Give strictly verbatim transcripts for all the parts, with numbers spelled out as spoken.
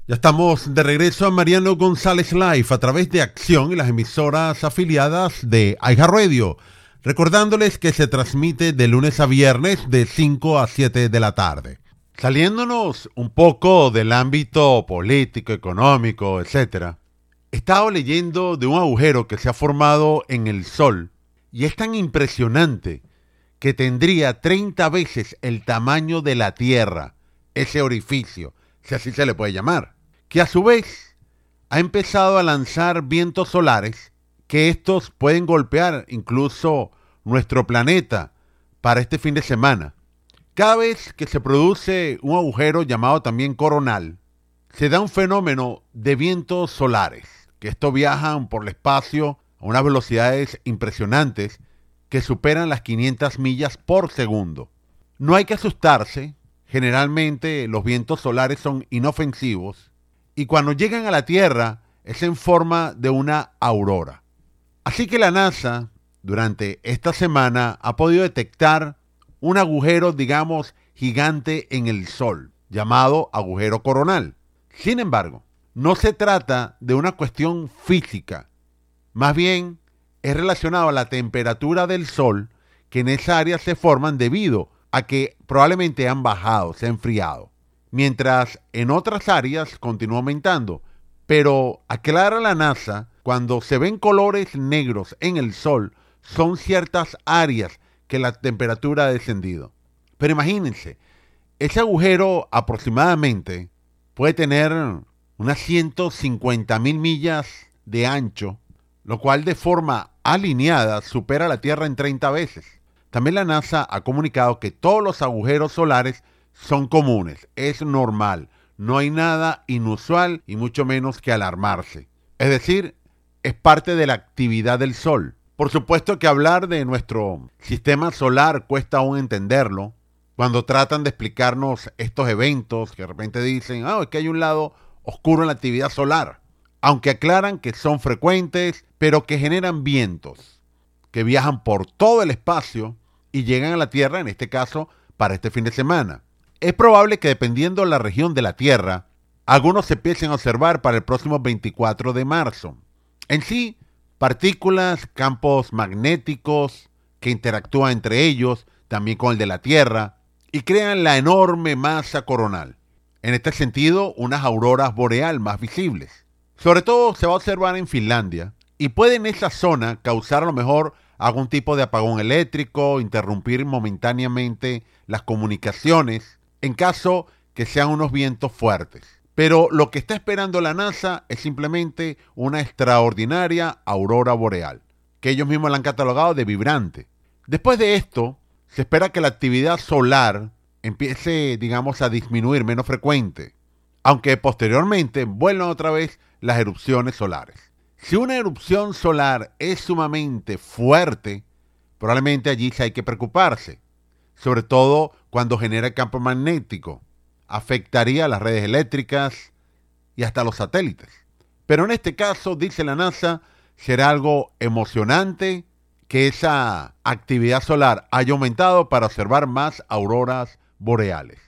Ya estamos de regreso a Mariano González Live a través de Acción y las emisoras afiliadas de iHeartRadio. Recordándoles que se transmite de lunes a viernes de cinco a siete de la tarde. Saliéndonos un poco del ámbito político, económico, etcétera. He estado leyendo de un agujero que se ha formado en el Sol y es tan impresionante que tendría treinta veces el tamaño de la Tierra, ese orificio, si así se le puede llamar, que a su vez ha empezado a lanzar vientos solares que estos pueden golpear incluso nuestro planeta para este fin de semana. Cada vez que se produce un agujero llamado también coronal, se da un fenómeno de vientos solares, que estos viajan por el espacio a unas velocidades impresionantes que superan las quinientas millas por segundo. No hay que asustarse, generalmente los vientos solares son inofensivos y cuando llegan a la Tierra es en forma de una aurora. Así que la NASA, durante esta semana, ha podido detectar un agujero, digamos, gigante en el Sol, llamado agujero coronal. Sin embargo, no se trata de una cuestión física, más bien es relacionado a la temperatura del Sol que en esa área se forman debido a que probablemente han bajado, se ha enfriado, mientras en otras áreas continúa aumentando. Pero aclara la NASA, cuando se ven colores negros en el Sol, son ciertas áreas que la temperatura ha descendido. Pero imagínense, ese agujero aproximadamente puede tener unas ciento cincuenta mil millas de ancho, lo cual de forma alineada supera la Tierra en treinta veces. También la NASA ha comunicado que todos los agujeros solares son comunes, es normal, no hay nada inusual y mucho menos que alarmarse. Es decir, es parte de la actividad del Sol. Por supuesto que hablar de nuestro sistema solar cuesta aún entenderlo. Cuando tratan de explicarnos estos eventos, que de repente dicen, ah, es que hay un lado oscuro en la actividad solar. Aunque aclaran que son frecuentes, pero que generan vientos, que viajan por todo el espacio y llegan a la Tierra, en este caso, para este fin de semana. Es probable que dependiendo de la región de la Tierra, algunos se empiecen a observar para el próximo veinticuatro de marzo. En sí, partículas, campos magnéticos que interactúan entre ellos, también con el de la Tierra, y crean la enorme masa coronal. En este sentido, unas auroras boreal más visibles. Sobre todo se va a observar en Finlandia, y puede en esa zona causar a lo mejor algún tipo de apagón eléctrico, interrumpir momentáneamente las comunicaciones, en caso que sean unos vientos fuertes. Pero lo que está esperando la NASA es simplemente una extraordinaria aurora boreal, que ellos mismos la han catalogado de vibrante. Después de esto, se espera que la actividad solar empiece, digamos, a disminuir, menos frecuente, aunque posteriormente vuelvan otra vez las erupciones solares. Si una erupción solar es sumamente fuerte, probablemente allí sí hay que preocuparse, sobre todo cuando genera campo magnético. Afectaría las redes eléctricas y hasta los satélites. Pero en este caso, dice la NASA, será algo emocionante que esa actividad solar haya aumentado para observar más auroras boreales.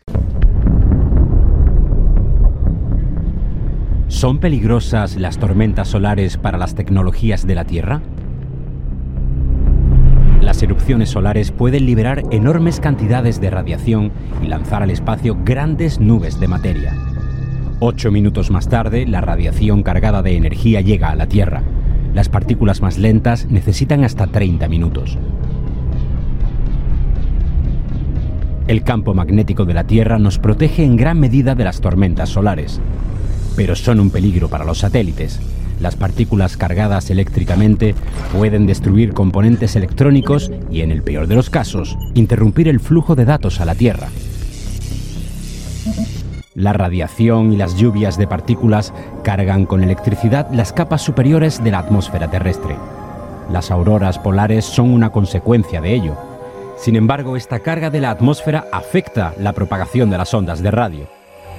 ¿Son peligrosas las tormentas solares para las tecnologías de la Tierra? Las erupciones solares pueden liberar enormes cantidades de radiación y lanzar al espacio grandes nubes de materia. Ocho minutos más tarde, la radiación cargada de energía llega a la Tierra. Las partículas más lentas necesitan hasta treinta minutos. El campo magnético de la Tierra nos protege en gran medida de las tormentas solares, pero son un peligro para los satélites. Las partículas cargadas eléctricamente pueden destruir componentes electrónicos y, en el peor de los casos, interrumpir el flujo de datos a la Tierra. La radiación y las lluvias de partículas cargan con electricidad las capas superiores de la atmósfera terrestre. Las auroras polares son una consecuencia de ello. Sin embargo, esta carga de la atmósfera afecta la propagación de las ondas de radio.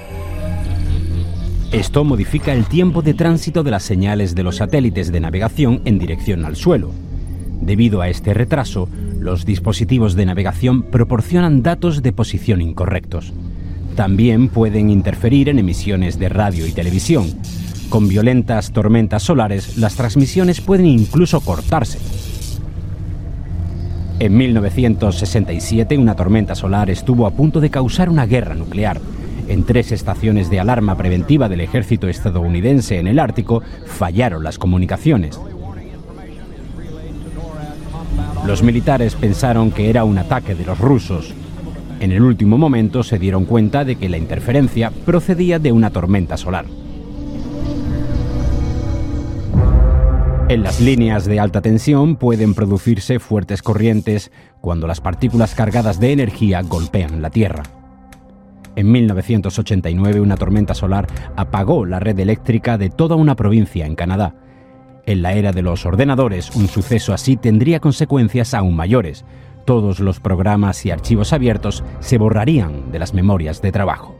Esto modifica el tiempo de tránsito de las señales de los satélites de navegación en dirección al suelo. Debido a este retraso, los dispositivos de navegación proporcionan datos de posición incorrectos. También pueden interferir en emisiones de radio y televisión. Con violentas tormentas solares, las transmisiones pueden incluso cortarse. En mil novecientos sesenta y siete, una tormenta solar estuvo a punto de causar una guerra nuclear. En tres estaciones de alarma preventiva del ejército estadounidense en el Ártico fallaron las comunicaciones. Los militares pensaron que era un ataque de los rusos. En el último momento se dieron cuenta de que la interferencia procedía de una tormenta solar. En las líneas de alta tensión pueden producirse fuertes corrientes cuando las partículas cargadas de energía golpean la Tierra. En mil novecientos ochenta y nueve, una tormenta solar apagó la red eléctrica de toda una provincia en Canadá. En la era de los ordenadores, un suceso así tendría consecuencias aún mayores. Todos los programas y archivos abiertos se borrarían de las memorias de trabajo.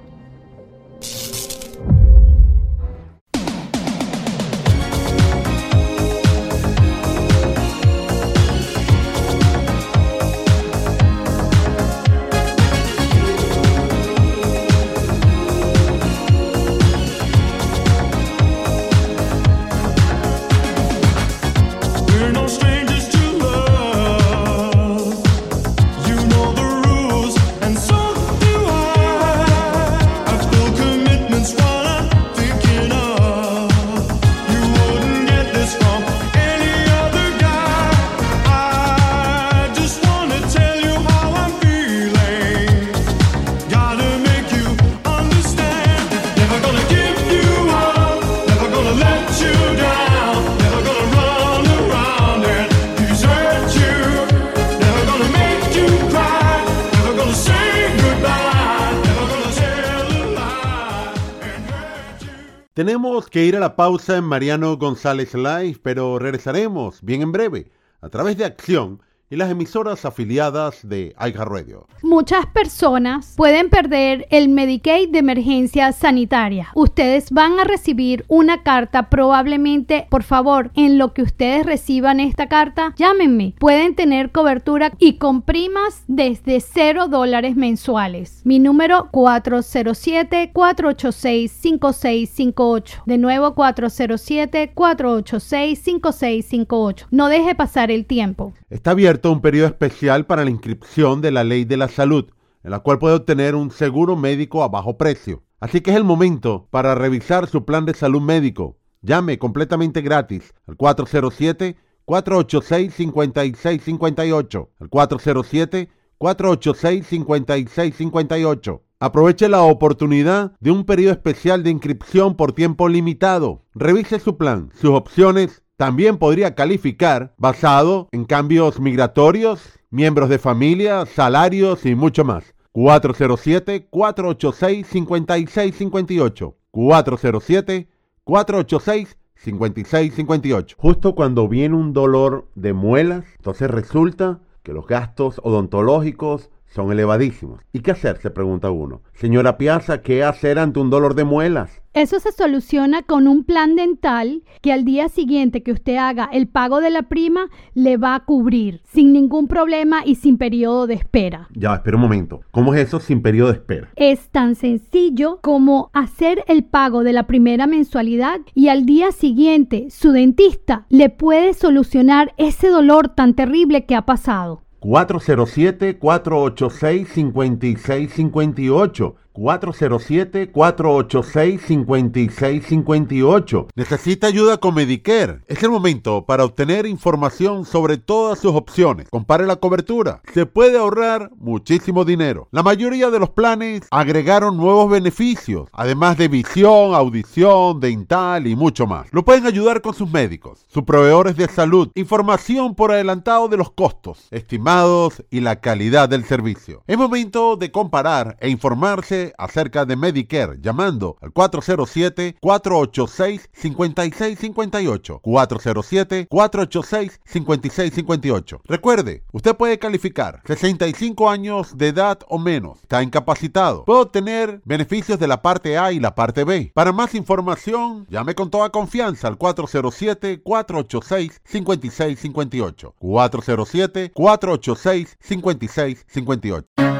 Tenemos que ir a la pausa en Mariano González Live, pero regresaremos bien en breve a través de Acción y las emisoras afiliadas de iHeartRadio. Muchas personas pueden perder el Medicaid de emergencia sanitaria. Ustedes van a recibir una carta probablemente. Por favor, en lo que ustedes reciban esta carta, llámenme. Pueden tener cobertura y con primas desde cero dólares mensuales. Mi número cuatro cero siete, cuatro ocho seis, cinco seis cinco ocho. De nuevo cuatro cero siete, cuatro ocho seis, cinco seis cinco ocho. No deje pasar el tiempo. Está abierto un periodo especial para la inscripción de la Ley de la Salud, en la cual puede obtener un seguro médico a bajo precio. Así que es el momento para revisar su plan de salud médico. Llame completamente gratis al cuatro cero siete, cuatro ocho seis, cinco seis cinco ocho, al cuatro cero siete, cuatro ocho seis, cinco seis cinco ocho. Aproveche la oportunidad de un periodo especial de inscripción por tiempo limitado. Revise su plan, sus opciones. También podría calificar basado en cambios migratorios, miembros de familia, salarios y mucho más. cuatro cero siete, cuatro ocho seis, cinco seis cinco ocho. cuatro cero siete, cuatro ocho seis, cinco seis cinco ocho. Justo cuando viene un dolor de muelas, entonces resulta que los gastos odontológicos son elevadísimos. ¿Y qué hacer?, se pregunta uno. Señora Piazza, ¿qué hacer ante un dolor de muelas? Eso se soluciona con un plan dental que al día siguiente que usted haga el pago de la prima le va a cubrir sin ningún problema y sin periodo de espera. Ya, espera un momento. ¿Cómo es eso sin periodo de espera? Es tan sencillo como hacer el pago de la primera mensualidad y al día siguiente su dentista le puede solucionar ese dolor tan terrible que ha pasado. cuatro cero siete, cuatro ocho seis, cinco seis cinco ocho. cuatro cero siete, cuatro ocho seis, cinco seis cinco ocho. ¿Necesita ayuda con Medicare? Es el momento para obtener información sobre todas sus opciones. Compare la cobertura. Se puede ahorrar muchísimo dinero. La mayoría de los planes agregaron nuevos beneficios, además de visión, audición, dental y mucho más. Lo pueden ayudar con sus médicos, sus proveedores de salud, información por adelantado de los costos estimados y la calidad del servicio. Es momento de comparar e informarse acerca de Medicare llamando al cuatro cero siete, cuatro ocho seis, cinco seis cinco ocho. cuatro cero siete, cuatro ocho seis, cinco seis cinco ocho. Recuerde, usted puede calificar sesenta y cinco años de edad o menos. Está incapacitado. Puede obtener beneficios de la parte A y la parte B. Para más información, llame con toda confianza al cuatro cero siete, cuatro ocho seis, cinco seis cinco ocho. cuatro cero siete, cuatro ocho seis, cinco seis cinco ocho.